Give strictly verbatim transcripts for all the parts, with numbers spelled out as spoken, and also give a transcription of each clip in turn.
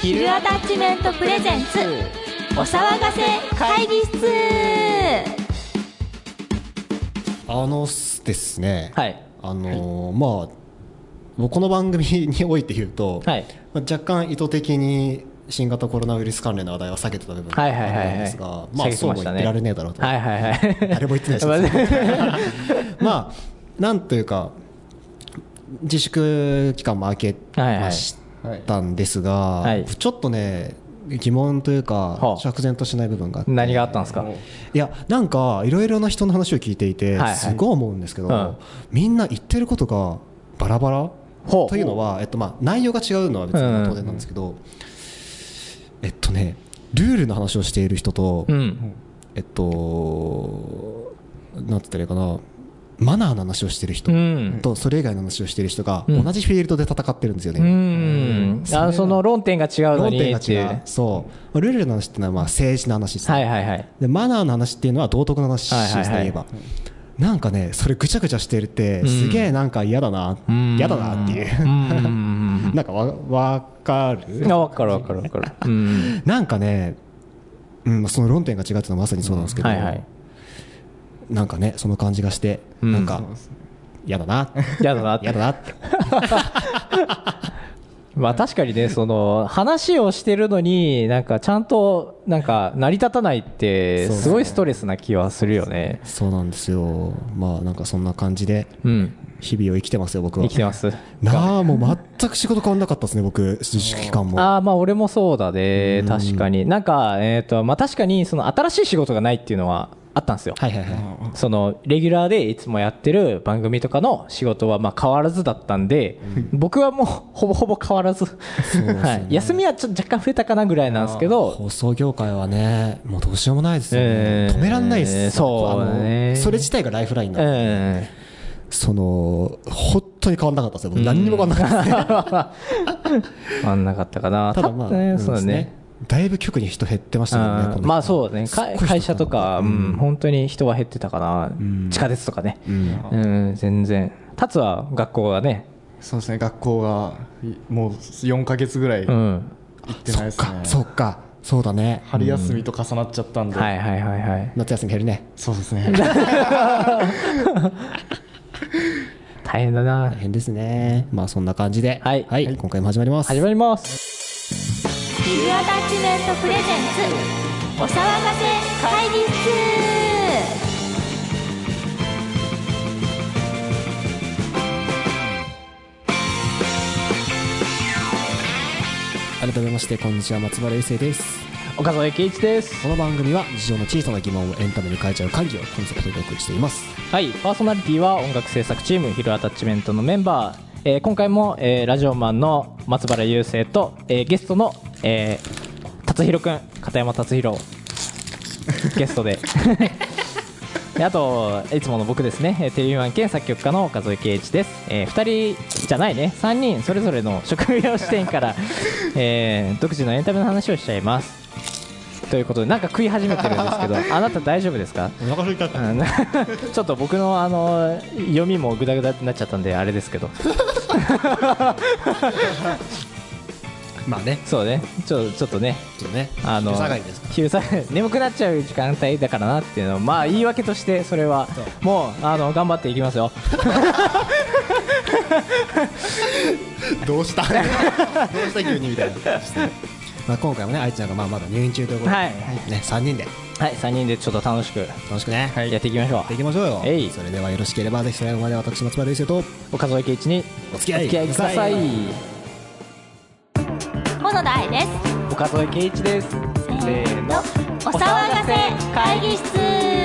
ヒルアタッチメントプレゼンツお騒がせ会議室。 あのですね、 はい、 あのー、まあこの番組において言うと、はい、まあ、若干意図的に新型コロナウイルス関連の話題は避けてた部分があるんですが、まあそうも言ってられねえだろうと、はいはいはい、誰も言ってないですまあなんというか自粛期間も明けましたんですが、はいはい、ちょっとね疑問というか釈然としない部分があって。 何があったんですか？ いやなんかいろいろな人の話を聞いていてすごい思うんですけど、はいはい、みんな言ってることがバラバラというのは、えっとまあ、内容が違うのは別に当然なんですけど、うん、えっとねルールの話をしている人と、うん、えっとなんて言ったらいいかな、マナーの話をしている人とそれ以外の話をしている人が同じフィールドで戦ってるんですよね。うんうん、あその論点が違うのに論点が違う。そうルールの話っていうのはまあ政治の話ですね、はいはいはい、でマナーの話っていうのは道徳の話ですね、はいはいはい、言えばなんかねそれぐちゃぐちゃしてるってすげえなんか嫌だな、うん、嫌だなっていうなんかわ分かる分かる分かる分かる、うん、 なんかね、うん、その論点が違うっていうのはまさにそうなんですけど、うん、はいはい、なんかねその感じがして、うん、なんか嫌だな嫌だな嫌だなってまあ確かにねその話をしてるのになんかちゃんとなんか成り立たないってすごいストレスな気はするよね。 そうなんですよ。まあなんかそんな感じで日々を生きてますよ僕は。 生きてますなあもう全く仕事変わんなかったですね僕自粛期間も。 ああまあ俺もそうだね、確かになんかえっとまあ確かにその新しい仕事がないっていうのはあったんですよ、はいはいはい、そのレギュラーでいつもやってる番組とかの仕事はまあ変わらずだったんで、うん、僕はもうほぼほぼ変わらずそうですね、はい、休みはちょっと若干増えたかなぐらいなんですけど、 放送業界はねもうどうしようもないですよね、えー、止めらんないです、えー、そうね、それ自体がライフラインなんで、えー、その本当に変わんなかったですよ僕、何にも変わんなかった変わんなかったかな。 ただまあ、ね、そうですね、だいぶ局に人減ってましたもんね。 まあそうね、会社とか、うん、本当に人は減ってたかな、うん、地下鉄とかね、うんうん、全然。タツは学校がね、 そうですね、学校がもうよんかげつぐらい行ってないですね、 うん、そっかそっかそうだね、 春休みと重なっちゃったんで、うん、 はいはいはいはい、 夏休み減るね。 そうですね大変だな、 大変ですね。まあそんな感じで、はい、はい、今回も始まります始まりますヒルアタッチメントプレゼンツお騒がせ会議室。 改めましてこんにちは、松原優生です。 岡添圭一です。 この番組は日常の小さな疑問をエンタメに変えちゃう会議をコンセプトでお送りしています。 はい、パーソナリティは音楽制作チームヒルアタッチメントのメンバー、えー、今回も、えー、ラジオマンの松原優生と、えー、ゲストの、えー、達弘くん、片山達弘ゲストでであといつもの僕ですね、テレビマン兼作曲家の岡添圭一です。えー、ふたりじゃないねさんにんそれぞれの職業視点から、えー、独自のエンタメの話をしちゃいますということで、なんか食い始めてるんですけどあなた大丈夫ですか？ お腹空いちゃったちょっと僕の、あの読みもグダグダってなっちゃったんであれですけどまあね、 そうね、ちょ、ちょっとね、 ちょっとね、あの昼下がりですから、 昼下がり眠くなっちゃう時間帯だからなっていうのを、まあ言い訳としてそれはもうあの頑張っていきますよどうしたどうした急にみたいなまあ今回もね、愛ちゃんがまあまだ入院中ということで、はいね、さんにんではい、さんにんでちょっと楽しく楽しくね、 はい、やっていきましょう。やっていきましょうよ。えい、それではよろしければぜひ最後まで私松原優生と岡添圭一にお付き合いください。 小野田愛です。 岡添圭一です。せーの、 お騒がせ会議室。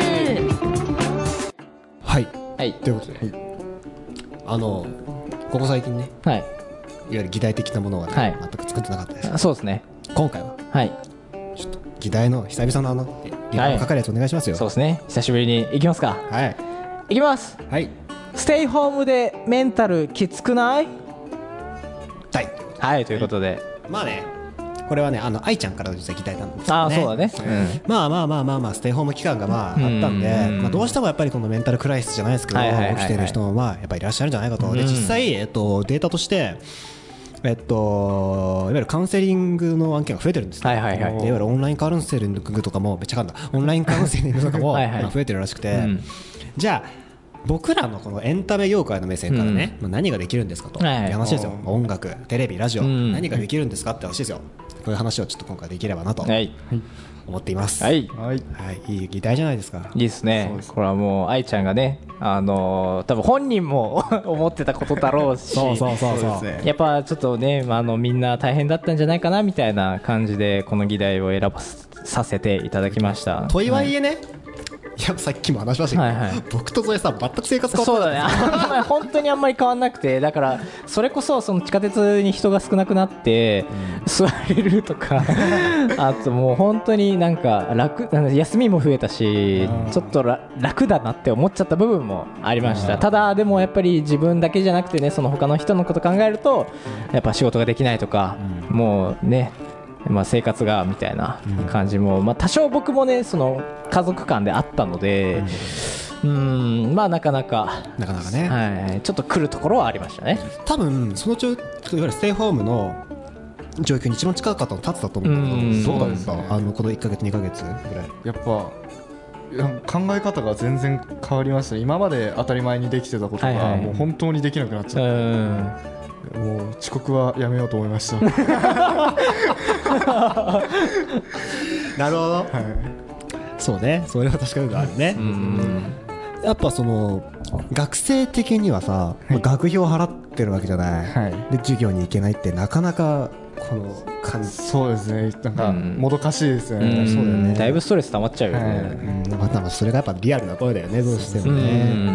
はい、はい、ということで、はい、あのここ最近ね、はい、いわゆる議題的なものは、ね、はい、全く作ってなかったです。 そうですね。 今回は、はい、ちょっと議題の久々のあのリラーかかるやつお願いしますよ。 そうですね。久しぶりに行きますか。 はい。 行きます。はい。ステイホームでメンタルきつくない？ はい。 はい、ということで。 まあね、これはね、あの愛ちゃんからの実は議題なんですよね。 ああ、そうだね。 うん、まあまあまあまあまあステイホーム期間がまああったんで、まあどうしてもやっぱりこのメンタルクライシスじゃないですけど、起きている人もまあやっぱりいらっしゃるんじゃないかと。で実際えっとデータとして。 えっと、いわゆるカウンセリングの案件が増えてるんですね、はいはいはい、いわゆるオンラインカウンセリングとかもめっちゃかんだオンラインカウンセリングとかもはい、はい、増えてるらしくて、うん、じゃあ僕らのこのエンタメ業界の目線からね、うん、何ができるんですかという話ですよ、はい、音楽、テレビ、ラジオ、うん、何ができるんですかって話ですよ。こういう話をちょっと今回できればなと思っています。はい、はいはい、いい議題じゃないですか。 いいですね。これはもう愛ちゃんがね、あのー、多分本人も思ってたことだろうしそうそうそうそう、やっぱちょっとね、あのみんな大変だったんじゃないかなみたいな感じでこの議題を選ばさせていただきました。 とはいえね、はい、いやさっきも話しましたけど、はいはい、僕とゾエさん全く生活変わってない。 そうだね、あ本当にあんまり変わんなくて、だからそれこそその地下鉄に人が少なくなって、うん、座れるとかあともう本当になんか楽、休みも増えたし、ちょっと楽だなって思っちゃった部分もありました。ただでもやっぱり自分だけじゃなくてね、その他の人のこと考えるとやっぱ仕事ができないとか、うん、もうね、まあ、生活がみたいな感じも、まあ、多少僕もねその家族間であったので、うん、うんまあなかなかなかなかね、 はい、ちょっと来るところはありましたね。 多分そのちょいわゆるステイホームの状況に一番近かったの立つだと思うんだけど、どうだった、あのこのいっかげつにかげつぐらい。 やっぱ考え方が全然変わりましたね。今まで当たり前にできてたことが、はいはい、もう本当にできなくなっちゃって、もう遅刻はやめようと思いましたなるほど、はい、そうね、それは確かにあるね。うん、やっぱその学生的にはさ、はい、学費を払ってるわけじゃない、はい、で授業に行けないってなかなかこの感じ。 そうですね、なんかもどかしいですよね、 うん、 そうだよね、 だいぶストレス溜まっちゃうよね、はい、 うん、まあ、それがやっぱリアルな声だよね、どうしてもね。うん、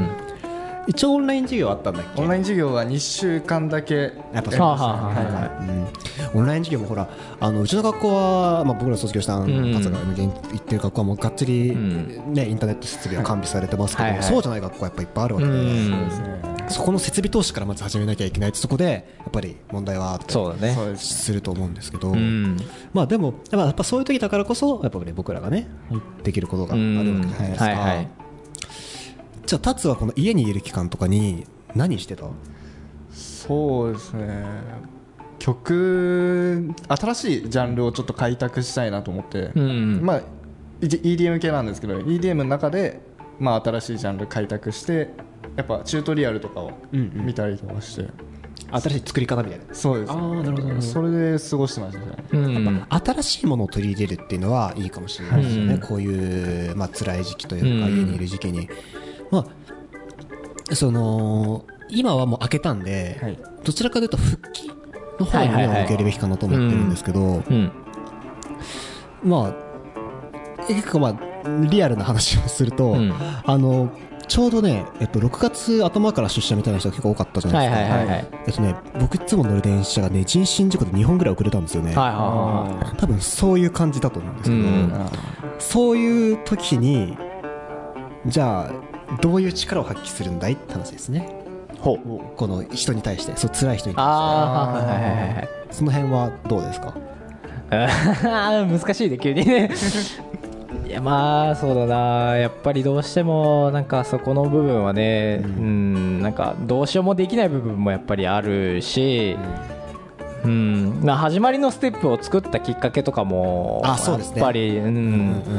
一応オンライン授業あったんだっけ。 オンライン授業はにしゅうかんだけやっぱそうですね、はいはい、うん、オンライン授業もほら、あのうちの学校は、まあ、僕ら卒業した達が行ってる学校はもうがっつり、ね、インターネット設備が完備されてますけど、はいはい、そうじゃない学校はやっぱいっぱいあるわけで、うん、そうですね、そこの設備投資からまず始めなきゃいけないって、そこでやっぱり問題はあってすると思うんですけど、うん、まあでもやっぱそういう時だからこそやっぱり僕らがねできることがあるわけじゃないですか、はいはい。じゃあタツはこの家にいる期間とかに何してた？ そうですね、曲、新しいジャンルをちょっと開拓したいなと思って、うん、まあ イーディーエム 系なんですけど イーディーエム の中で、まあ、新しいジャンル開拓してやっぱチュートリアルとかを見たりとかして、うんうん、新しい作り方みたいな。 そうです。あー、なるほど。それで過ごしてましたね、 うん、やっぱ新しいものを取り入れるっていうのはいいかもしれないですよね、うん、こういう、まあ辛い時期というか、うん、家にいる時期に、まあ、その今はもう開けたんで、はい、どちらかというと復帰の方に目を向けるべきかなと思ってるんですけど、はいはいはい、うん、まあ結構まあリアルな話をすると、うん、あのちょうどね、えっと、ろくがつ頭から出社みたいな人が結構多かったじゃないですか、はいはいはいはい、えっとね、僕いつも乗る電車がね人身事故でにほんぐらい遅れたんですよね、はいはいはい、多分そういう感じだと思うんですけど、うん、そういう時にじゃあどういう力を発揮するんだいって話ですね。ほう、この人に対して、そう辛い人に対して、あ、はいはいはいはい、その辺はどうですか？ 難しいね急にねいやまあそうだな、やっぱりどうしてもなんかそこの部分はね、うん、うん、なんかどうしようもできない部分もやっぱりあるし、うん、まあ始まりのステップを作ったきっかけとかもやっぱり、うん、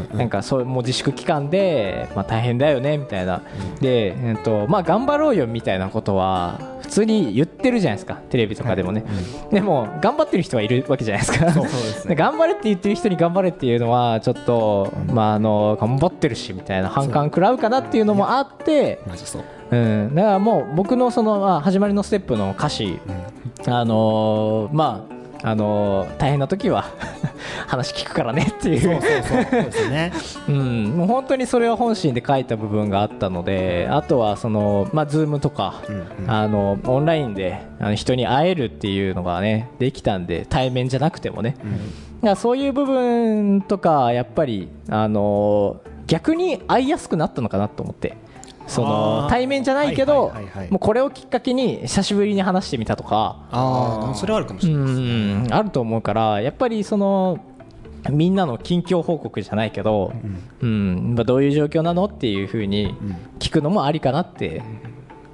なんかそうもう自粛期間で、まあ、大変だよねみたいな、うん、で、えっとまあ、頑張ろうよみたいなことは普通に言ってるじゃないですか、テレビとかでもね、はい、うん、でも頑張ってる人はいるわけじゃないですか。そうですね、頑張れって言ってる人に頑張れっていうのはちょっと、うん、まあ、あの頑張ってるしみたいな反感食らうかなっていうのもあって、マジそう、うん、だからもう僕のその、まあ、始まりのステップの歌詞、うん、あのー、まああのー、大変な時は話聞くからねっていう、そうそうそうそうですね、うん、もう本当にそれは本心で書いた部分があったので、あとはその、まあ、Zoom とか、うんうん、あのオンラインであの人に会えるっていうのがねできたんで、対面じゃなくてもね、うん、だからそういう部分とかやっぱり、あのー、逆に会いやすくなったのかなと思って、その対面じゃないけど、もうこれをきっかけに久しぶりに話してみたとか、 ああ、それはあるかもしれないですね。 うん、あると思うから、やっぱりそのみんなの近況報告じゃないけど、うんうん、まあ、どういう状況なのっていう風に聞くのもありかなって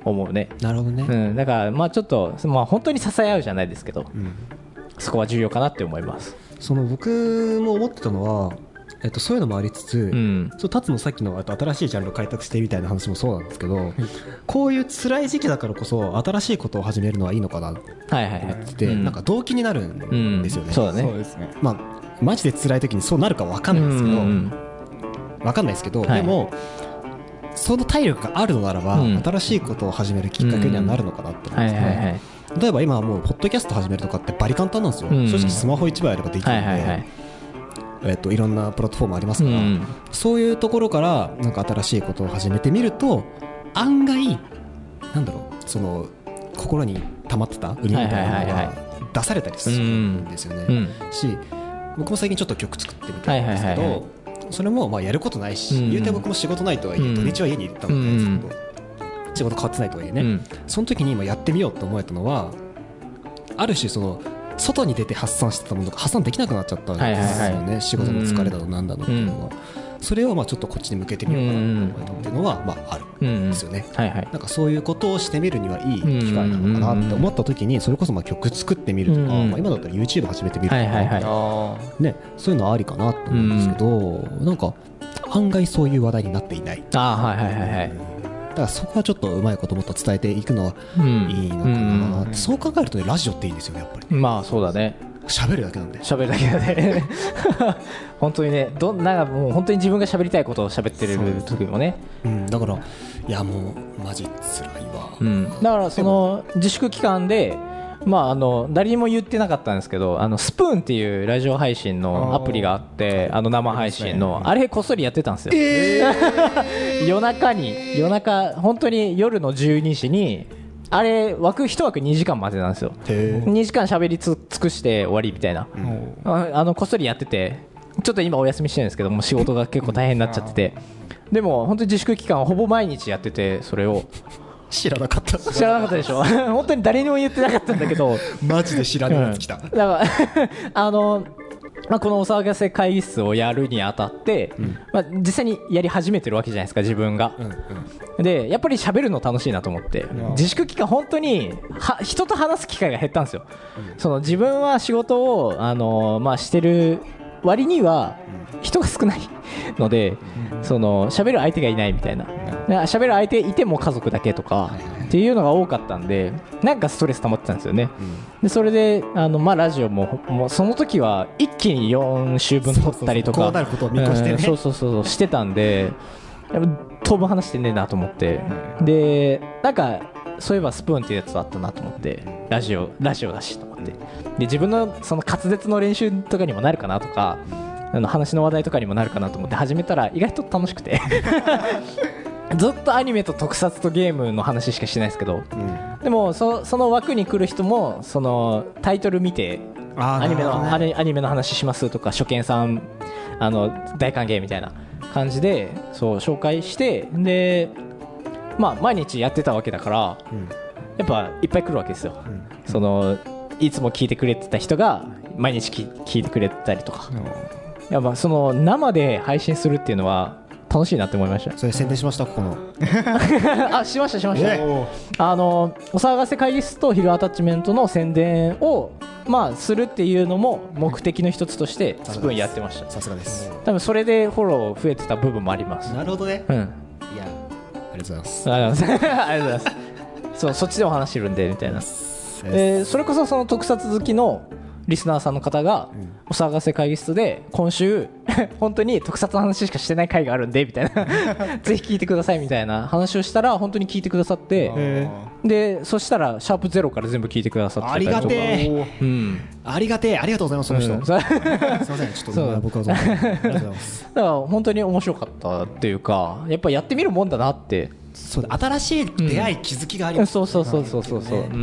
思うね。 なるほどね、 うん、だからまあちょっと、まあ、本当に支え合うじゃないですけど、うん、そこは重要かなって思います。 その僕も思ってたのは、えっと、そういうのもありつつ、うん、そうタツのさっきのあと新しいジャンルを開拓してみたいな話もそうなんですけど、うん、こういう辛い時期だからこそ新しいことを始めるのはいいのかなって思ってて、なんか動機になるんですよね。 そうだね。 そうですね。 まあマジで辛い時にそうなるか分かんないですけど、うんうん、分かんないですけど、はい、でもその体力があるのならば、うん、新しいことを始めるきっかけにはなるのかなって思うんですね。例えば今はもうポッドキャスト始めるとかってバリ簡単なんですよ、うん、正直スマホいちまいあればできるので、はいはいはい、えっと、いろんなプラットフォームありますから、うん、そういうところからなんか新しいことを始めてみると案外なんだろう、その心に溜まってた売りみたいなのが出されたりするんですよね、うんうん、し僕も最近ちょっと曲作ってみたんですけど、はいはいはいはい、それもまあやることないし、うん、言うて僕も仕事ないとはいえ、うん、土日は家にいたので、うん、ずっと仕事変わってないとはいえね、うん、その時に今やってみようと思えたのはある種その外に出て発散してたものが発散できなくなっちゃったんですよね、はいはいはい、仕事の疲れだのなんだのっていうのが、うん、それをまあちょっとこっちに向けてみようかなと思えたっていうのはまああるんですよね、うんはいはい、なんかそういうことをしてみるにはいい機会なのかなって思った時にそれこそまあ曲作ってみるとか、うんまあ、今だったら YouTube 始めてみるとか、はいはいはいね、そういうのはありかなと思うんですけど、うん、なんか案外そういう話題になっていない。 あ、はいはいはいはい、 だからそこはちょっとうまいこともっと伝えていくのはいいのかな、うん、そう考えるとねラジオっていいんですよねやっぱり。 まあそうだね、 喋るだけなんで喋るだけなんで本当にね、どなんかもう本当に自分が喋りたいことを喋ってる時もね、 うん、だからいやもうマジ辛いわ、 うん、だからその自粛期間でまあ、あの誰にも言ってなかったんですけど、あのスプーンっていうラジオ配信のアプリがあって、あの生配信のあれこっそりやってたんですよ、えー、夜中に夜中本当に夜のじゅうにじにあれ枠いち枠にじかんまでなんですよ。にじかん喋りつ尽くして終わりみたいな、うん、ああのこっそりやってて、ちょっと今お休みしてるんですけども仕事が結構大変になっちゃってて、でも本当に自粛期間ほぼ毎日やってて、それを知らなかった知らなかったでしょ本当に誰にも言ってなかったんだけどマジで知らないやつ来た、 うん、だからあの、まあ、このお騒がせ会議室をやるにあたって、うんまあ、実際にやり始めてるわけじゃないですか自分が、うんうん、でやっぱり喋るの楽しいなと思って、うん、自粛期間本当には人と話す機会が減ったんですよ、うん、その自分は仕事を、あのまあ、してる割には人が少ないので、うん、その喋る相手がいないみたいな、喋る相手いても家族だけとかっていうのが多かったんで、なんかストレス溜まってたんですよね、うん、でそれであの、まあ、ラジオ も, もうその時は一気によん週分撮ったりとか、 こうなることを見越してね、うん、 そうそうそうしてたんで、当分話してねえなと思って、でなんかそういえばスプーンっていうやつあったなと思って、ラジオラジオだしと思って、で自分のその滑舌の練習とかにもなるかなとか、あの話の話題とかにもなるかなと思って始めたら意外と楽しくてずっとアニメと特撮とゲームの話しかしてないですけど、うん、でも そ, その枠に来る人もそのタイトル見てアニメの、ね、アニメの話しますとか、初見さんあの大歓迎みたいな感じでそう紹介して、で、まあ、毎日やってたわけだから、うん、やっぱいっぱい来るわけですよ、うん、そのいつも聞いてくれてた人が毎日聞いてくれたりとか、うん、やっぱその生で配信するっていうのは楽しいなって思いました。 それ宣伝しましたここのあしましたしました、ね、あのお騒がせ会議室とヒルアタッチメントの宣伝をまあするっていうのも目的の一つとしてスプーンやってました。 さすがです。 多分それでフォロー増えてた部分もあります。 なるほどね、 うん、いやありがとうございます。 ありがとうございますありがとうございますそう、そっちでお話してるんでみたいな、えー、それこそその特撮好きのリスナーさんの方が、うん、お騒がせ会議室で今週本当に特撮の話しかしてない回があるんでみたいなぜひ聞いてくださいみたいな話をしたら本当に聞いてくださって、でそしたらシャープゼロから全部聞いてくださってたりとか、 ありがてえ、うん、ありがてえ、ありがとうございますその人、うん、すいませんちょっと僕はありがとうございますだから本当に面白かったっていうか、やっぱやってみるもんだなって。 そうだ、新しい出会い、うん、気づきがあります、 ね、そうそうそうそうそう、うん、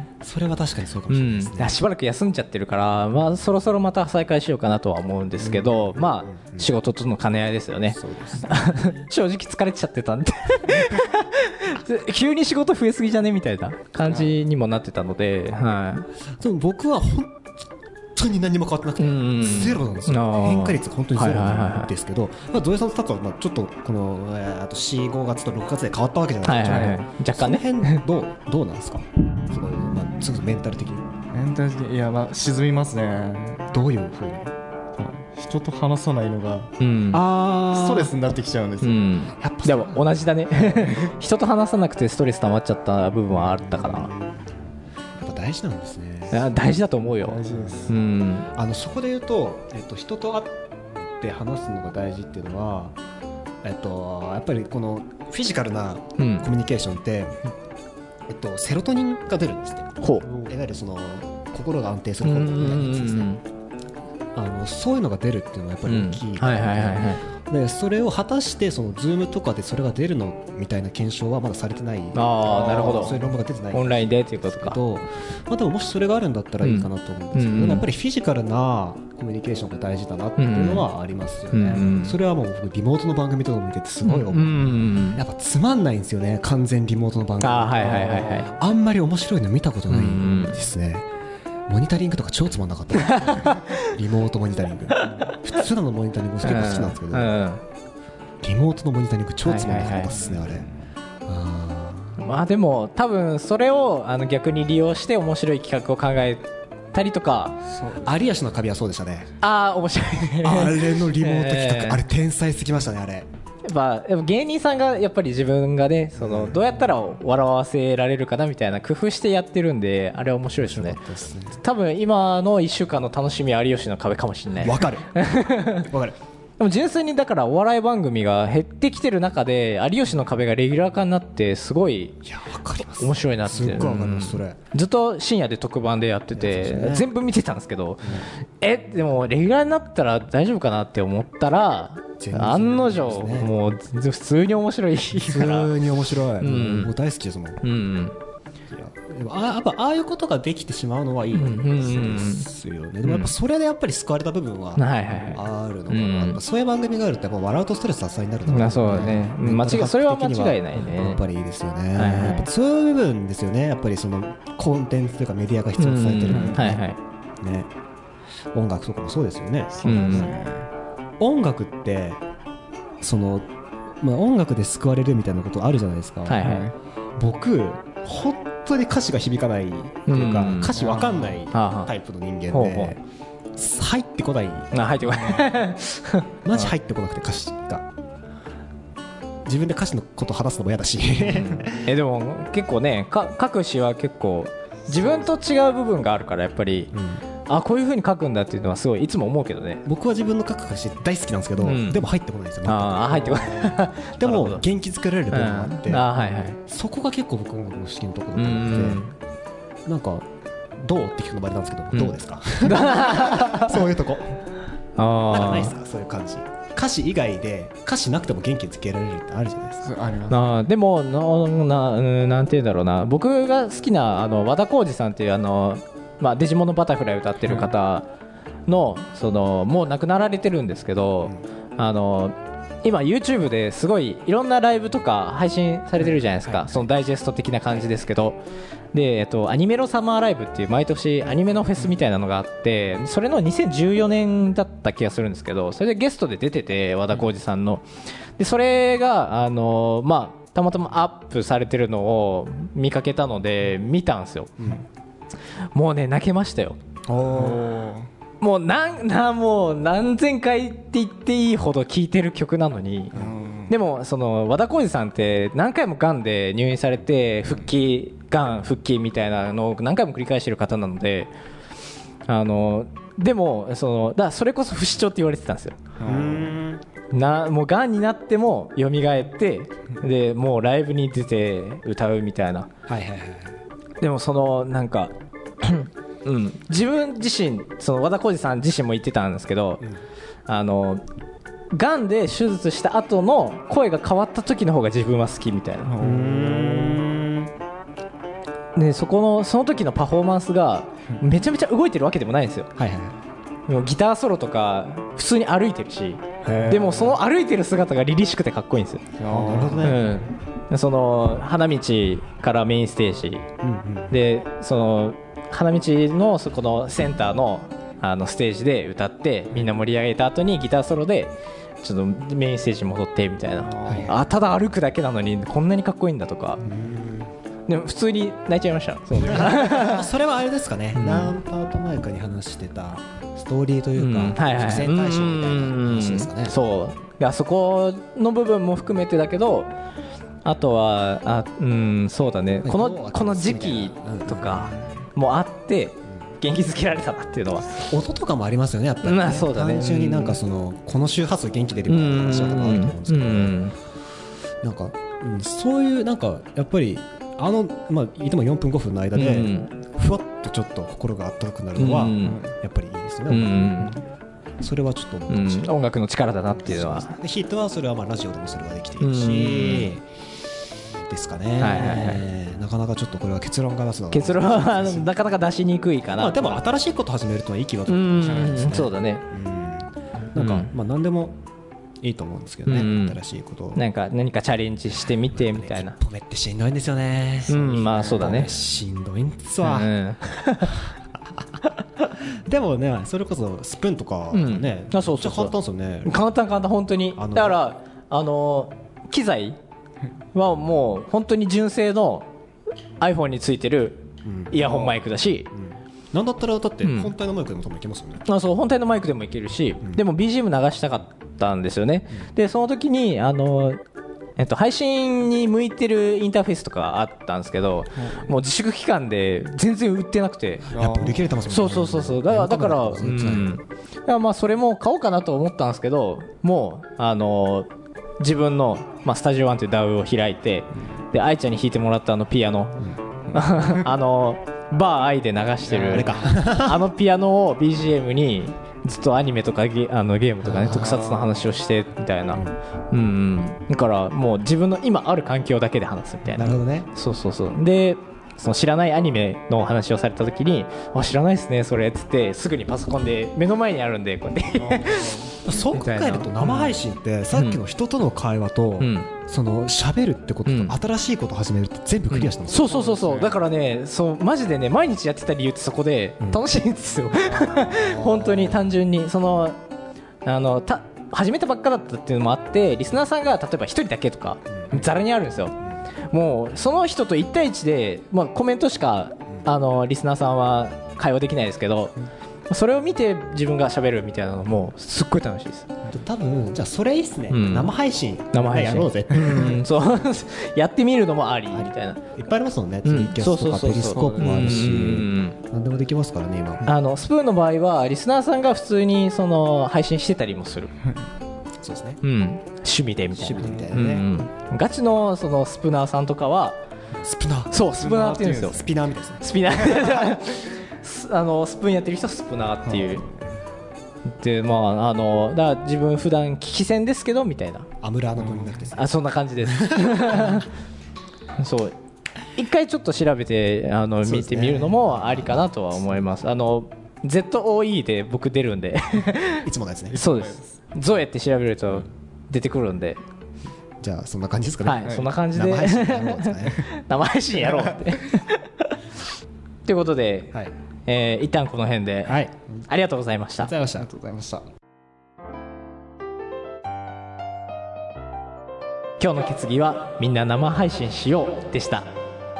それは確かにそうかもしれないですね、 うん、しばらく休んじゃってるから、まあ、そろそろまた再開しようかなとは思うんですけど、うん、まあ、うん、仕事との兼ね合いですよね。そうです正直疲れちゃってたんで急に仕事増えすぎじゃねみたいな感じにもなってたので、はい、 でも僕は本当に何も変わってなくて、うん、ゼロなんですよ。変化率が本当にゼロなんですけど、はいはいはいはい、まあ、土井さんのスタッツはまあちょっとこの、えー、あとよん、ごがつとろくがつで変わったわけじゃないですか、はいはいはい、若干ね。その辺どうどうなんですか、すごい、まあ、すぐメンタル的に。 メンタル的にいや、まあ、沈みますね。 どういうふうに？ 人と話さないのが、うん、あストレスになってきちゃうんですよ、うん、 やっぱでも同じだね人と話さなくてストレス溜まっちゃった部分はあったかな。やっぱ大事なんですね。 大事だと思うよ。 大事です、 うん、あのそこで言うと、えっと、人と会って話すのが大事っていうのは、えっと、やっぱりこのフィジカルなコミュニケーションって、うん、えっと、セロトニンが出るんですね。ほう、いわゆるその心が安定するホルモンみたいなやつですね。あのそういうのが出るっていうのはやっぱり大きい、うん、はいはいはいはい、でそれを果たしてその Zoom とかでそれが出るのみたいな検証はまだされてない。 ああ、なるほど。 そういう論文が出てないオンラインでということか。 まあ、でももしそれがあるんだったらいいかなと思うんですけど、うん、でもやっぱりフィジカルなコミュニケーションが大事だなっていうのはありますよね、うん、それはもう僕リモートの番組とか見ててすごい思う、うん、やっぱつまんないんですよね、完全リモートの番組。あ、はいはいはいはい、あんまり面白いの見たことないんですね、うん、モニタリングとか超つまんなかったリモートモニタリング普通のモニタリング結構好きなんですけど、うん、リモートのモニタリング超つまんなかったっすね、はいはいはい、 あまあでも多分それをあの逆に利用して面白い企画を考えたりとか。 有吉の壁はそうでしたね。 ああ面白いあれのリモート企画、えー、あれ天才すぎましたね。あれやっぱ芸人さんがやっぱり自分がね、そのどうやったら笑わせられるかなみたいな工夫してやってるんで、あれ面白いですね。多分今のいっしゅうかんの楽しみは有吉の壁かもしれない。 わかるわかる。 でも純粋にだからお笑い番組が減ってきてる中で有吉の壁がレギュラー化になってすごい面白いなって。 すっごいわかりますそれ。 ずっと深夜で特番でやってて全部見てたんですけど、えでもレギュラーになったら大丈夫かなって思ったら案の定もう普通に面白いから。 普通に面白い、うん、もう大好きですもん、うん、でもあやっぱああいうことができてしまうのはいいですよね、うんうんうん、でもやっぱそれでやっぱり救われた部分はあるのかな、うん、そういう番組があるとやっぱ笑うとストレス発散になるのかな、 そうだね、間違いそれは間違いないね。 やっぱりいいですよね、はいはい、やっぱそういう部分ですよね。やっぱりそのコンテンツというかメディアが必要とされてるので、ね、はいはいね、音楽とかもそうですよね。そうですね、うん、音楽ってその、まあ、音楽で救われるみたいなことあるじゃないですか、はいはい、僕本当に歌詞が響かないというか、うん、歌詞わかんないタイプの人間で、ほうほう入ってこない。 あ入ってこないマジ入ってこなくて歌詞が自分で歌詞のこと話すのも嫌だしえでも結構ねか書く詩は結構自分と違う部分があるからやっぱり、うん、あこういう風に書くんだっていうのはすごいいつも思うけどね。 僕は自分の書く歌詞大好きなんですけど、うん、でも入ってこないですよね。 あ入ってこないでも元気づけられる部分があって、 うんあはいはい、 そこが結構僕も不思議なところだと思って、うん、なんかどうって聞くのもあれなんですけど、うん、どうですかそういうとこあなんかないですかそういう感じ。歌詞以外で歌詞なくても元気づけられるってあるじゃないですか。あります。 あでも な, な, なんて言うんだろうな、僕が好きなあの和田浩二さんっていうあの、まあ、デジモンのバタフライ歌ってる方の、うん、そのもう亡くなられてるんですけど、うん、あの今 YouTube ですごいいろんなライブとか配信されてるじゃないですか、はい、そのダイジェスト的な感じですけど、で、えっと、アニメロサマーライブっていう毎年アニメのフェスみたいなのがあって、それのにせんじゅうよねんだった気がするんですけど、それでゲストで出てて和田浩二さんので、それがあの、まあ、たまたまアップされてるのを見かけたので見たんですよ、うん、もうね泣けましたよ。おもう何なもう何千回って言っていいほど聴いてる曲なのに、でもその和田浩二さんって何回もがんで入院されて復帰がん復帰みたいなのを何回も繰り返している方なので、あのでもそのだそれこそ不死鳥って言われてたんですよ。なもうがんになっても蘇ってでもうライブに出て歌うみたいな、はいはいはい、でもそのなんかうん、自分自身その和田浩二さん自身も言ってたんですけど、うん、あのがんで手術した後の声が変わった時の方が自分は好きみたいな。うーんでそこのその時のパフォーマンスがめちゃめちゃ動いてるわけでもないんですよ、はいはい、もうギターソロとか普通に歩いてるし、でもその歩いてる姿が凛々しくてかっこいいんですよ。なるほどね、うん、その花道からメインステージ、うんうん、でその花道のそこのセンターのあのステージで歌ってみんな盛り上げた後にギターソロでちょっとメインステージに戻ってみたいな、あただ歩くだけなのにこんなにかっこいいんだとか、でも普通に泣いちゃいましたその時それはあれですかね、うん、何パート前かに話してたストーリーというか、うん、はいはい、伏線対象みたいな話ですかね。 そういやそこの部分も含めてだけど、あとはあ、うん、そうだね、このこの時期とかもあって元気づけられたなっていうのは、 音とかもありますよねやっぱり、ね、まあそうだね、単純になんかそのこの周波数元気出るみたいな話は多分あると思うんですけど、うんうん、なんか、うん、そういうなんかやっぱりあの、まあ、いてもよんぷんごふんの間で、うん、ふわっとちょっと心が温かくなるのは、うん、やっぱりいいですよね、うん、それはちょっと思ってました、 うん、音楽の力だなっていうのは。 でヒットはそれはまあラジオでもそれができているし、うん、ですかね、はいはいはい、なかなかちょっとこれは結論が出すのが結論はなかなか出しにくいかな、 まあ、でも新しいこと始めるとはいい気がするかもしれないですね。 そうだね、 うん、なんか、まあ、何でもいいと思うんですけどね、うん、新しいことをなんか何かチャレンジしてみてみたいな。 一歩目ってしんどいんですよね。 うん、まあそうだね、 しんどいんですわ、うん、でもねそれこそスプーンとかね、うん、あそうそうそう簡単ですよね。 簡単簡単本当に。だからあの機材はもう本当に純正の iPhone についてるイヤホンマイクだし、うんうん、 なんだったらだって本体のマイクでも多分いけますよね、 うん、あそう本体のマイクでもいけるし、うん、でも ビージーエム 流したかったんですよね、うん、でその時にあの、えっと、配信に向いてるインターフェースとかあったんですけど、うん、もう自粛期間で全然売ってなくて、 やっぱ売り切れてますもんね。 そうそうそうそう、だからだから、うん、だからまあそれも買おうかなと思ったんですけど、もうあの自分の、まあ、スタジオワンという ダウ を開いて、で愛ちゃんに弾いてもらったあのピアノ、うん、あのバー愛で流してる あ, れかあのピアノを ビージーエム にずっとアニメとか ゲ, あのゲームとかね特撮の話をしてみたいな、うんうん、だからもう自分の今ある環境だけで話すみたいな。 なるほどね。 そうそうそう。でその知らないアニメの話をされた時に、あ知らないですねそれっつってすぐにパソコンで目の前にあるんでこうやってそう考えると生配信ってさっきの人との会話と、うん、その喋るってことと新しいことを始めるって全部クリアしてます、 うん、そうそうそうそう。だからねそうマジでね毎日やってた理由ってそこで楽しいんですよ、うん、本当に単純にそのあのた始めたばっかだったっていうのもあって、リスナーさんが例えば一人だけとかざらにあるんですよ。もうその人といち対いちで、まあ、コメントしかあのリスナーさんは会話できないですけど、それを見て自分が喋るみたいなのもすっごい楽しいです。 多分じゃあそれいいっすね、うん、生配信生配信やろうぜ、 うん、そうやってみるのもありみたいな、 いっぱいありますもんね、ツイキャスとかペリスコープもあるし、何でもできますからね今。 あのスプーンの場合はリスナーさんが普通にその配信してたりもするそうですね、 うん、趣味でみたいな、 趣味でみたいなね、うんうん、ガチのそのスプナーさんとかはスプナーそうスプナーって言うんですよ。 スピナーみたいですね。 スピナーあのスプーンやってる人はスプナーっていう、でまああのだから自分普段聞き戦ですけどみたいな、 アムラーの子になくて、 あそんな感じですそう一回ちょっと調べてあの、ね、見てみるのもありかなとは思います。あの ゼットオーイー で僕出るんでいつものやつね。 そうです、ゾエって調べると出てくるんで、 じゃあそんな感じですかね。 はい、はい、そんな感じで生配信やろうですかね生配信やろうってということで、はい、えー、一旦この辺で、はい、ありがとうございました。 ありがとうございました。 今日の決議はみんな生配信しようでした。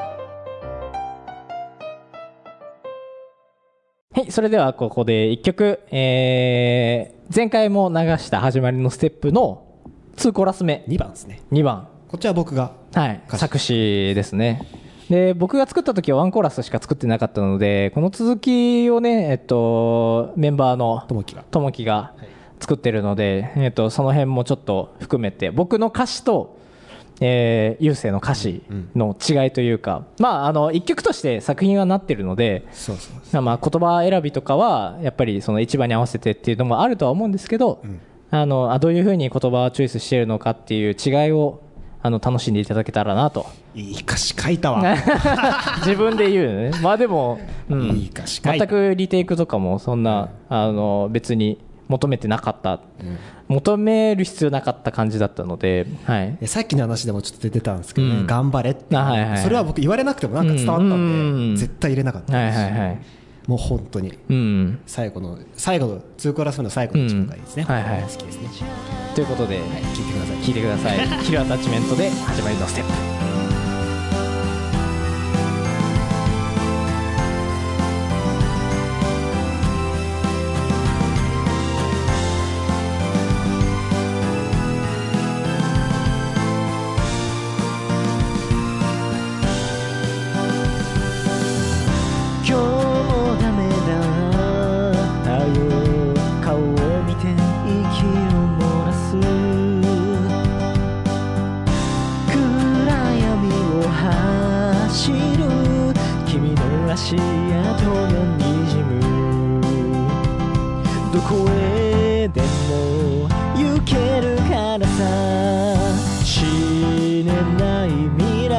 はい、それではここでいっきょく、えー、前回も流した始まりのステップのにコーラス目にばんですね。 にばん、 こっちは僕が、 はい、作詞ですね。で僕が作った時はワンコーラスしか作ってなかったので、この続きをね、えっと、メンバーのともきがともきが作ってるので、えっと、その辺もちょっと含めて僕の歌詞と、えー、ゆうせいの歌詞の違いというか、うん、まあ、あのいっきょくとして作品はなってるので、 そうそうそう、 まあ、言葉選びとかはやっぱりその一番に合わせてっていうのもあるとは思うんですけど、うん、あのあどういうふうに言葉をチョイスしているのかっていう違いをあの楽しんでいただけたらなと。 いい歌詞書いたわ自分で言うね。まあでも、うん、 いい歌詞書いた。 全くリテイクとかもそんな、うん、あの別に求めてなかった、うん、求める必要なかった感じだったので、はい、 さっきの話でもちょっと出てたんですけどね、うん、頑張れって、 はいはい、 それは僕言われなくてもなんか伝わったんで、うん、絶対入れなかったです、 はいはいはい、 もう本当に、うん、最後の最後のツーコーラス目の最後の一番がいいですね、うん、はいはい、好きですね。 ということで、はい、 聞いてください聞いてくださいヒルアタッチメントで始まりのステップ。 足跡がにじむどこへでも行けるからさ死ねない未来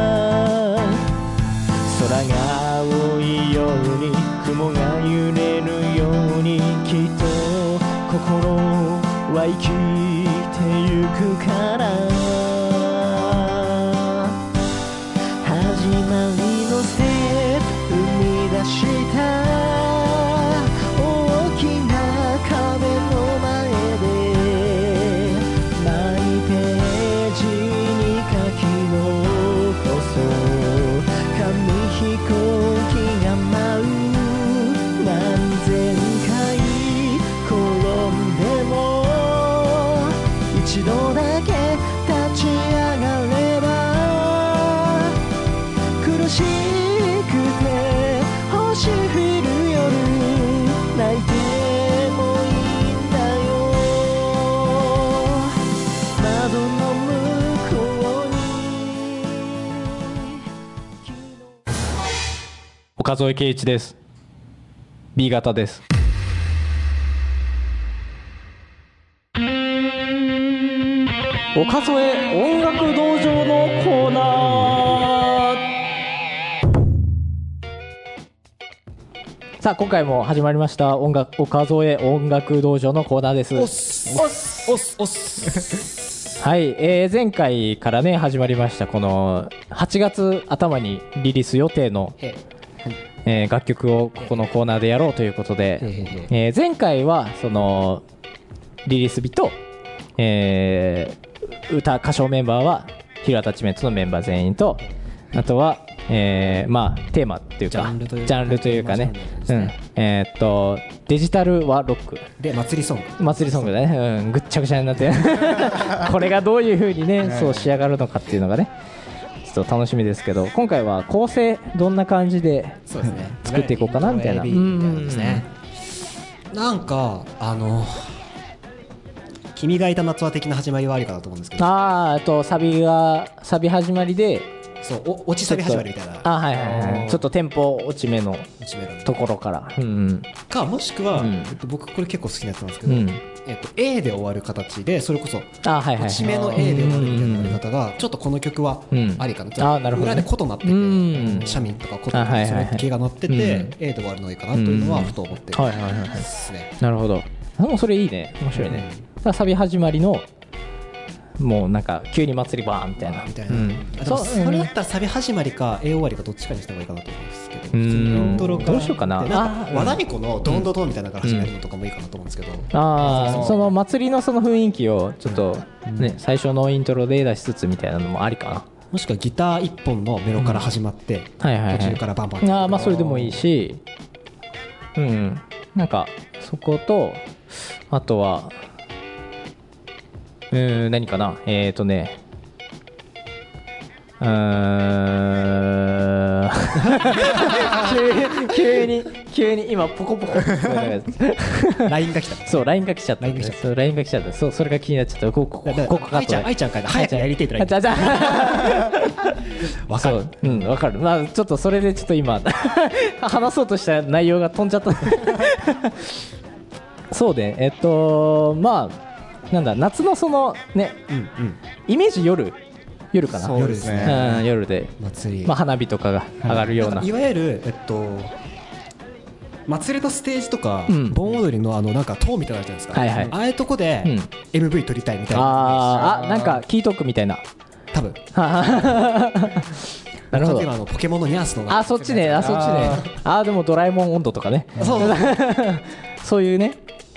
空が青いように雲が揺れるようにきっと心は生きてゆくから始まりのステップ生み出した大きな壁の前でマイページに書き残そう紙飛行機が舞う何千回転んでも一度だけ立ち上がれば苦しくて星降る夜泣いてもいいんだよ窓の向こうに岡添圭一です。 B 型です。岡添音楽道場のコーナー。さあ今回も始まりました音楽岡添音楽道場のコーナーです。 おっすおっすおっすおっすはい、えー、前回からね始まりましたこのはちがつ頭にリリース予定の、えー、楽曲をここのコーナーでやろうということで、えー、前回はそのリリース日と、えー、歌歌唱メンバーはヒルアタッチメントのメンバー全員と、あとは、えー、まあテーマっていうかジャンルというか、ジャンルというかね、うん、えー、っとデジタルはロックで祭りソング祭りソングだね、うん、ぐっちゃぐちゃになってこれがどういう風にねそう仕上がるのかっていうのがねちょっと楽しみですけど、今回は構成どんな感じで作っていこうかなみたいな。 なんかあの君がいた夏は的な始まりはありかなと思うんですけど、 あーとサビがサビ始まりでそうお落ちサビ始まりみたいな、 あ、はいはいはい、ちょっとテンポ落ち目のところから、うんうん、 かもしくは、うん、えっと、僕これ結構好きなやつなんですけど、うん、えっと、A で終わる形でそれこそ落ち目の A で終わるみたいなやり方がちょっとこの曲はありかな、うん、あ、なるほどね、裏で琴鳴ってて、うん、三味とか琴とかその系が鳴ってて、うん、A で終わるのがいいかなというのはふと思ってですね。 なるほど、でもそれいいね、面白いね、うん、サビ始まりのもうなんか急に祭りバーンみたいなみたいな、うん、 そ, それだったらサビ始まりか A 終わりかどっちかにした方がいいかなと思うんですけど、イントロかどうしようかな、 なんか和太鼓のドンドドンみたいなのから始めるのとかもいいかなと思うんですけど、うん、 ああ、その祭りのその雰囲気をちょっとね、うん、最初のイントロで出しつつみたいなのもありかな。 もしくはギター一本のメロから始まって、うん、はいはいはい、途中からバンバン、 ああ、まあそれでもいいし、うん、なんかそことあとはうーん、何かな、えーとねうーん急に急に今ポコポコラインが来たそう ライン が来ちゃった ライン が来ちゃったそう ライン が来ちゃったそうそれが気になっちゃったこここここ愛ちゃん愛ちゃんから早くやりてえとラインわかる、 うん、わかる。まあちょっとそれでちょっと今話そうとした内容が飛んじゃったそうで、えっとまあなんだ、夏のそのね、うんうん、イメージ夜夜かな、 そうですね、 うん、夜で祭り、まあ、花火とかが上がるような、 はい、いわゆる、えっと、祭りのステージとか、うん、盆踊りのあのなんか塔みたいなのあるじゃないですか、はいはい、ああいうとこで、うん、エムブイ 撮りたいみたいな、 ああ、なんかキートークみたいな多分なるほど。 今のポケモンのニャースのあそっちね、あそっちね。あでもドラえもん温度とかね。 そうそういうね。うん。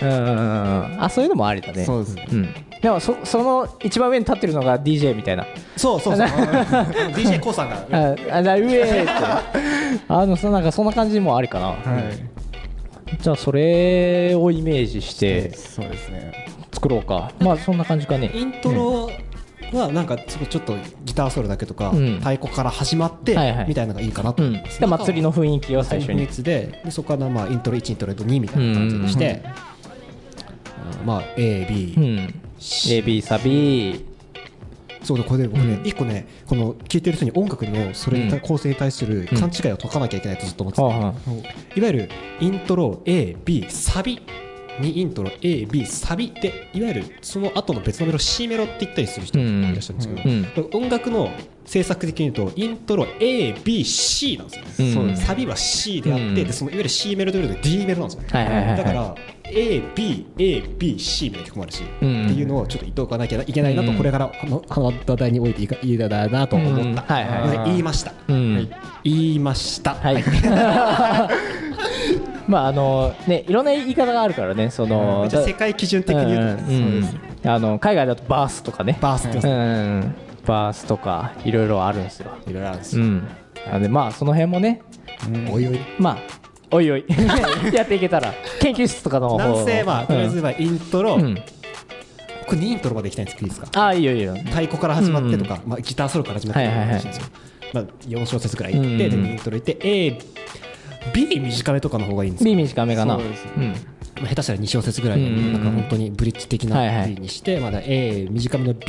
あそういうのもありだね。 そうですね。 うん。でも そ, その一番上に立ってるのが ディージェー みたいな。 そうそうそう。ディージェー コウさんが。 ああじゃあうえーって。あのそなんかそんな感じもありかな。 はい。 じゃあそれをイメージしてそうですね。 作ろうか。まあそんな感じかね。 イントロはなんかちょっとギターソロだけとか、うん、太鼓から始まって、はいはい、みたいなのがいいかなと思います。 で祭りの雰囲気を最初に。 で, でそこからまあイントロいちイントロにみたいな感じにして、うんうん、まあ A、B、うん、 A、B サビ。 そうだこれで僕ね、うん、一個ねこの聴いてる人に音楽のそれに構成に対する勘違いを解かなきゃいけないとずっと思ってて、うん、いわゆるイントロ A、B サビにイントロ A、B サビでいわゆるその後の別のメロ C メロって言ったりする人がいらっしゃるんですけど、うんうん、音楽の制作的に言うとイントロ A、B、C なんですよね、うん、サビは C であって、うん、でそのいわゆる C メロというので D メロなんですよね、はいはいはいはい、だから A、B、A、B、C みたいな曲もあるし、うん、っていうのをちょっと言っておかなきゃいけないなと、うん、これからこの話題においていいだなと思った、うんはいはいはい、言いました、うんはい、言いました、はいまああのね、いろんな言い方があるからね、その、 うん、世界基準的に言うと、ねうんうん、そうです。 あの海外だとバースとかね、 バースって、うん、 バースとかいろいろあるんですよ。 いろいろあるんですよ。うん、 なのでまあその辺もね、 うん、おいおい、 まあおいおいやっていけたら研究室とかの方なんせまあとりあえずはイントロ、うん、これにイントロまでいきたいんですけどいいですか。 ああいいよいいよ。 太鼓から始まってとか、うんまあ、ギターソロから始まってとか欲しいんですよ。まあよん小節くらいいって、うん、でにイントロいって A B 短めとかの方がいいんですよ。 B 短めかな。そうです、 うん、下手したらに小節ぐらいで、うん、なんか本当にブリッジ的な B にして、はいはい、まだ A 短めの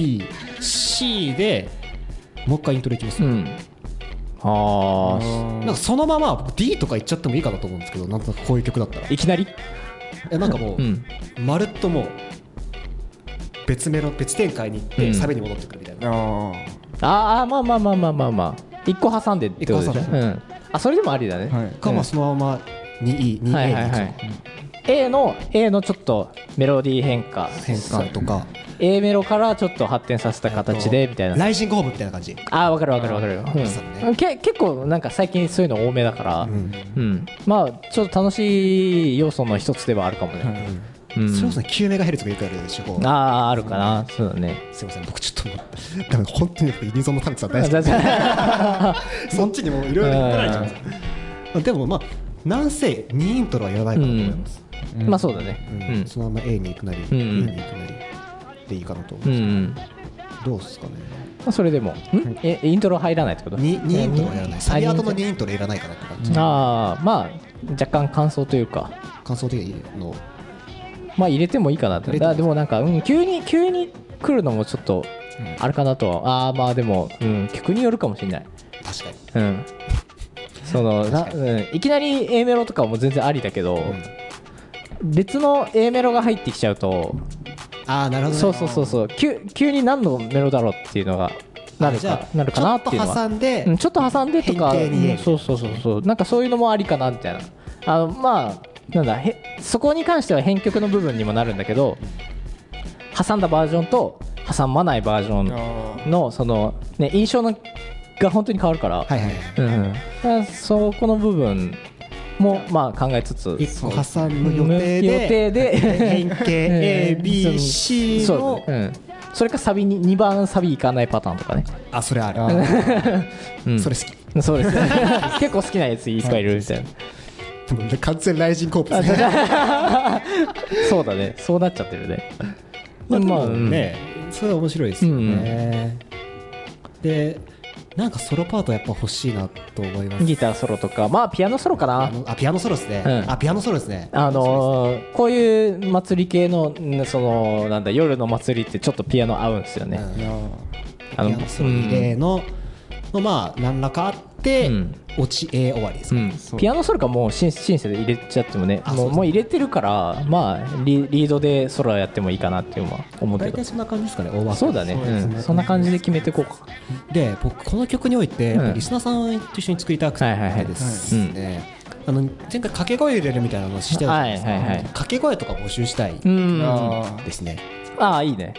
B、C でもう一回イントロいきます、うん、あなんかそのまま D とかいっちゃってもいいかなと思うんですけど、なんとなくこういう曲だったらいきなりえなんかもう、うん、まるっともう別メロ別展開に行って、うん、サビに戻ってくるみたいな。 ああまあまあまあまあまあまあいっこ挟んでってことでしょ。うんあそれでもありだね、はい、 かまあそのまま にイー、にエー に行く、はいはい、 A の A のちょっとメロディー変化変化とか A メロからちょっと発展させた形でみたいなライジングホームみたいな感じ。 ああ分かる分かる分かるよ、うん、け結構なんか最近そういうの多めだから、うんうん、まあちょっと楽しい要素の一つではあるかもね、うんうん、そうですね。きゅうメガヘルツがよくある手法。 あああるかな。そうだね。 すいません僕ちょっとダメ本当にユニゾンのタンクさん大好きですそっちにもいろいろ言ってないじゃんでもまあなんせにイントロはいらないかなと思います、 うんうん、まあそうだね、 うん、そのまま A に行くなり、うん、B に行くなりでいいかなと思います、うん、どうですかね。 まあ、それでもんえイントロ入らないってこと。 に, にイントロはいらない。サビアートのにイントロいらないかなって感じ、うん、 ああまあ若干感想というか感想的のまあ入れてもいいかなと。だでもなんか、うん、急に急に来るのもちょっとあれかなとは、うん、ああまあでも、うん、曲によるかもしれない。 確かに、 うんそのなうん、いきなり A メロとかも全然ありだけど、うん、別の A メロが入ってきちゃうとあなるほど、ね、 そうそうそうそう 急, 急に何のメロだろうっていうのがなるかなるかなっていうのはちょっと挟んで、 うん、ちょっと挟んでとか、うん、そうそうそうそうなんかそういうのもありかなみたいな。あのまあなんだへそこに関しては編曲の部分にもなるんだけど挟んだバージョンと挟まないバージョンのその、ね、印象のが本当に変わるから、はいはいはいうんうん、そこの部分もまあ考えつついっこ挟む予定で予定で変形 A、B、C の、 うん、それかサビににばんサビいかないパターンとかね。 あそれあるうん、それ好きそうです結構好きなやついっぱいいるみたいなでも完全ライジンコープですねそうだねそうなっちゃってるねまあ、まあね、うん、それは面白いですよね、うん、でなんかソロパートやっぱ欲しいなと思います。 ギターソロとかまあピアノソロかな。 あピアノソロですね、うん、あピアノソロですね。 あのー、こういう祭り系のそのなんだ夜の祭りってちょっとピアノ合うんですよね、うん、 あのピアノソロ入れの、うん、まあ何らかあって、うん、落ち A 終わりですか、 うん、ピアノソロかもうシンセで入れちゃってもねも う, もう入れてるからまあ リ, リードでソロやってもいいかなっていうのは思うけど大体そんな感じですかね。オーバーそうだね、うん、そんな感じで決めていこうか。 で僕この曲において、うん、リスナーさんと一緒に作りたくてですね、あの前回掛け声入れるみたいなのをしてたじゃないですか、はいはいはい、掛け声とか募集したいですね。 ああいいね。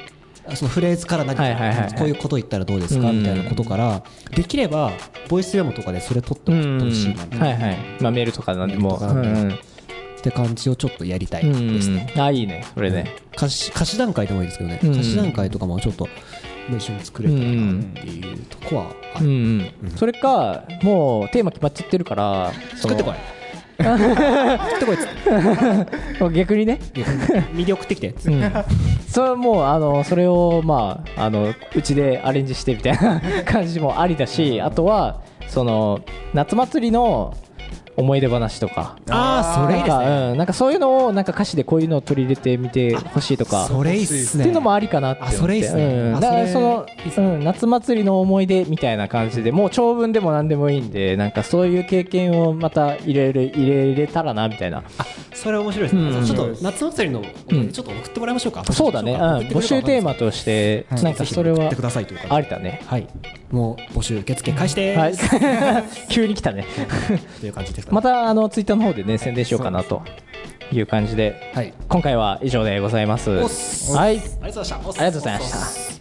そのフレーズから何かこういうこと言ったらどうですかみたいなことからできればボイスメモとかでそれ取ってほしいなみたいな、はいはい、まあ、 メールとかなんでもって感じをちょっってやりたいですね。 あ、いいねそれね。 歌詞歌詞段階でもいいですけどね、歌詞段階とかもちょっと一緒に作れたらなっていうとこはある。うんうんうん、それかもうテーマ決まっちゃってるから作ってこい作ってこいっつって逆にね魅力的で、うん、 それはもうあのそれをまああのうちでアレンジしてみたいな感じもありだし、あとはその夏祭りの思い出話とか、 ああそれいいですね、 うん、なんかそういうのをなんか歌詞でこういうのを取り入れてみてほしいとか、 それいいっすねっていうのもありかなって思って、 あそれいいっすね、 うん、だからその、うん、夏祭りの思い出みたいな感じでもう長文でも何でもいいんで、なんかそういう経験をまた入れる入れれたらなみたいな。 あ、それ面白いですね、うん、ちょっと夏祭りの思い出ちょっと送ってもらいましょうか、 うん、そうだね、うん、募集テーマとして、はい、なんかそれはありだね。 はい、もう募集受付開始でーす、 はい、急に来たねという感じですかね。 またあのツイッターの方でね宣伝しようかなという感じで、はい、今回は以上でございます。はい、ありがとうございました。ありがとうございました。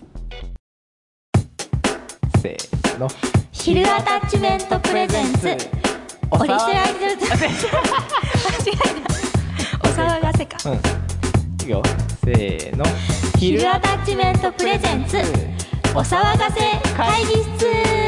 せーの、 ヒルアタッチメントプレゼンツオリジナル間違えたお騒がせか、 うん、いくよ、せーの、 ヒルアタッチメントプレゼンツお騒がせ会議室。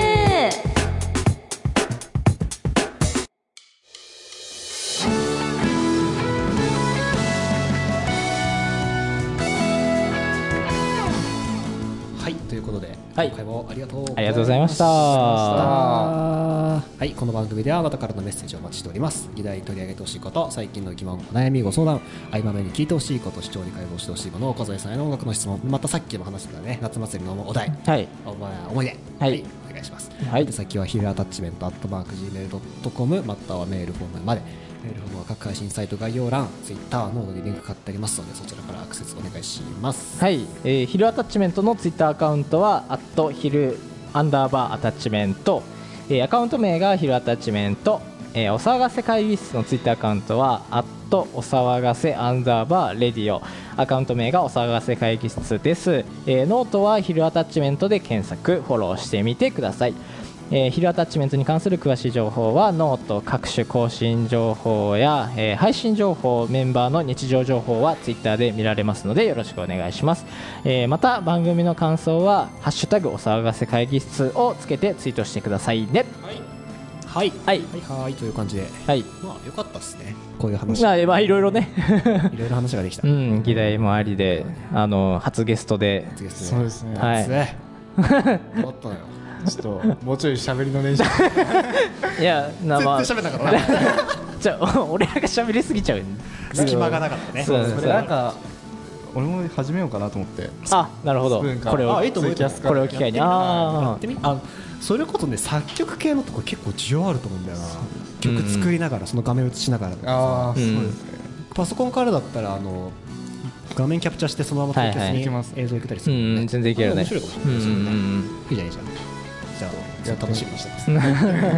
ということで、 はい、 今回もありがとうありがとうございました。 はい、この番組ではあなたからのメッセージをお待ちしております。議題に取り上げてほしいこと、最近の疑問、お悩み、ご相談、合間目に聞いてほしいこと、視聴に解剖してほしいもの、小添さんへの音楽の質問、またさっきも話してたね、夏祭りのお題、 はい、 思い出、 はい、はい、 お願いします。 はい、 で先はヒルアタッチメントアットマーク ジーメールドットコム またはメールフォームまで。メールフォームは各配信サイト概要欄、ツイッター、ノートにリンク貼ってありますので、そちらからアクセスお願いします。 はい、えー、ヒルアタッチメントのツイッターアカウントはアットヒルアンダーバーアタッチメント、えー、アカウント名がヒルアタッチメント、えー、お騒がせ会議室のツイッターアカウントはアットお騒がせアンダーバーレディオ、アカウント名がお騒がせ会議室です。えー、ノートはヒルアタッチメントで検索フォローしてみてください。えー、ヒルアタッチメントに関する詳しい情報はノート各種更新情報や、えー、配信情報、メンバーの日常情報はツイッターで見られますのでよろしくお願いします。えー、また番組の感想はハッシュタグお騒がせ会議室をつけてツイートしてくださいね。 はい、 はい、 はい、はい、という感じで、 はい、 まあ良かったですね、こういう話。 まあ、まあ、いろいろねいろいろ話ができた。 うん、議題もありで、あの初ゲストで、 初ゲストで、 そうですね、 はい、 終わったのよ。 ちょっともうちょい喋りの練習いや、な、まあ、 全然喋んなかったじゃあ俺らが喋りすぎちゃう隙間がなかったね。 そうそれなんか俺も始めようかなと思って。 あ、なるほど、これをあ、いいと思う。 これを機会に、あやってみ、あ、それこそね、作曲系のとこ結構需要あると思うんだよな。曲作りながらその画面映しながらとかさ、 あ、そうですね、 パソコンからだったらあの画面キャプチャーしてそのままツイキャスに映像いけたりする、 うん、全然いけるね。 面白いかもしれないですよね。いいじゃんいいじゃん。じゃあ、じゃあ楽しみにしてます。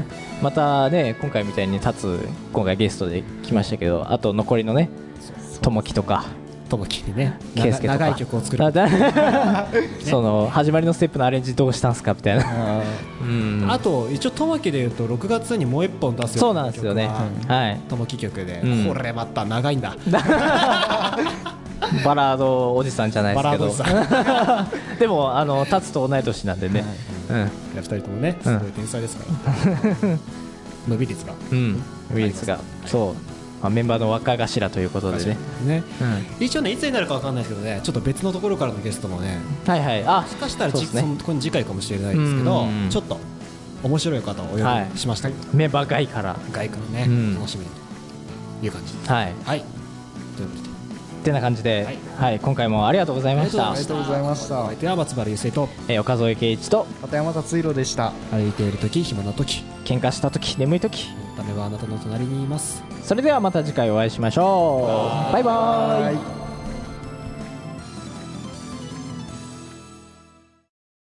またね、今回みたいに立つ今回ゲストで来ましたけど、あと残りのね、ともきとかともきにね、 ケイスケとか長い曲を作るその始まりのステップのアレンジどうしたんすかみたいな。 うん、あと一応ともきでいうとろくがつにもう一本出すよ。 そうなんですよね、はい、 ともき曲で、 うん、 これまた長いんだバラードおじさんじゃないですけどでもあの立つと同い年なんでね、 はい、うん、ふたりともねすごい天才ですから、うん、伸び率が、 うん、伸び率が、そう、まあ、メンバーの若頭ということでね、 ね、うん、一応ねいつになるかわかんないですけどね、ちょっと別のところからのゲストもね、 はいはい、あ、 もしかしたら、ね、そのこの次回かもしれないですけど、ちょっと面白い方をお呼びしました、はい、 メンバー外から外からね、うん、楽しみという感じ、 はい、 はい、ということでってな感じで、はい、はい、今回もありがとうございました。 ありがとうございました。 相手は松原優生と、 えー、岡添圭一と片山達弘でした。 歩いている時、暇な時、 喧嘩した時、眠い時、 ためはあなたの隣にいます。 それではまた次回お会いしましょう。バイバイ。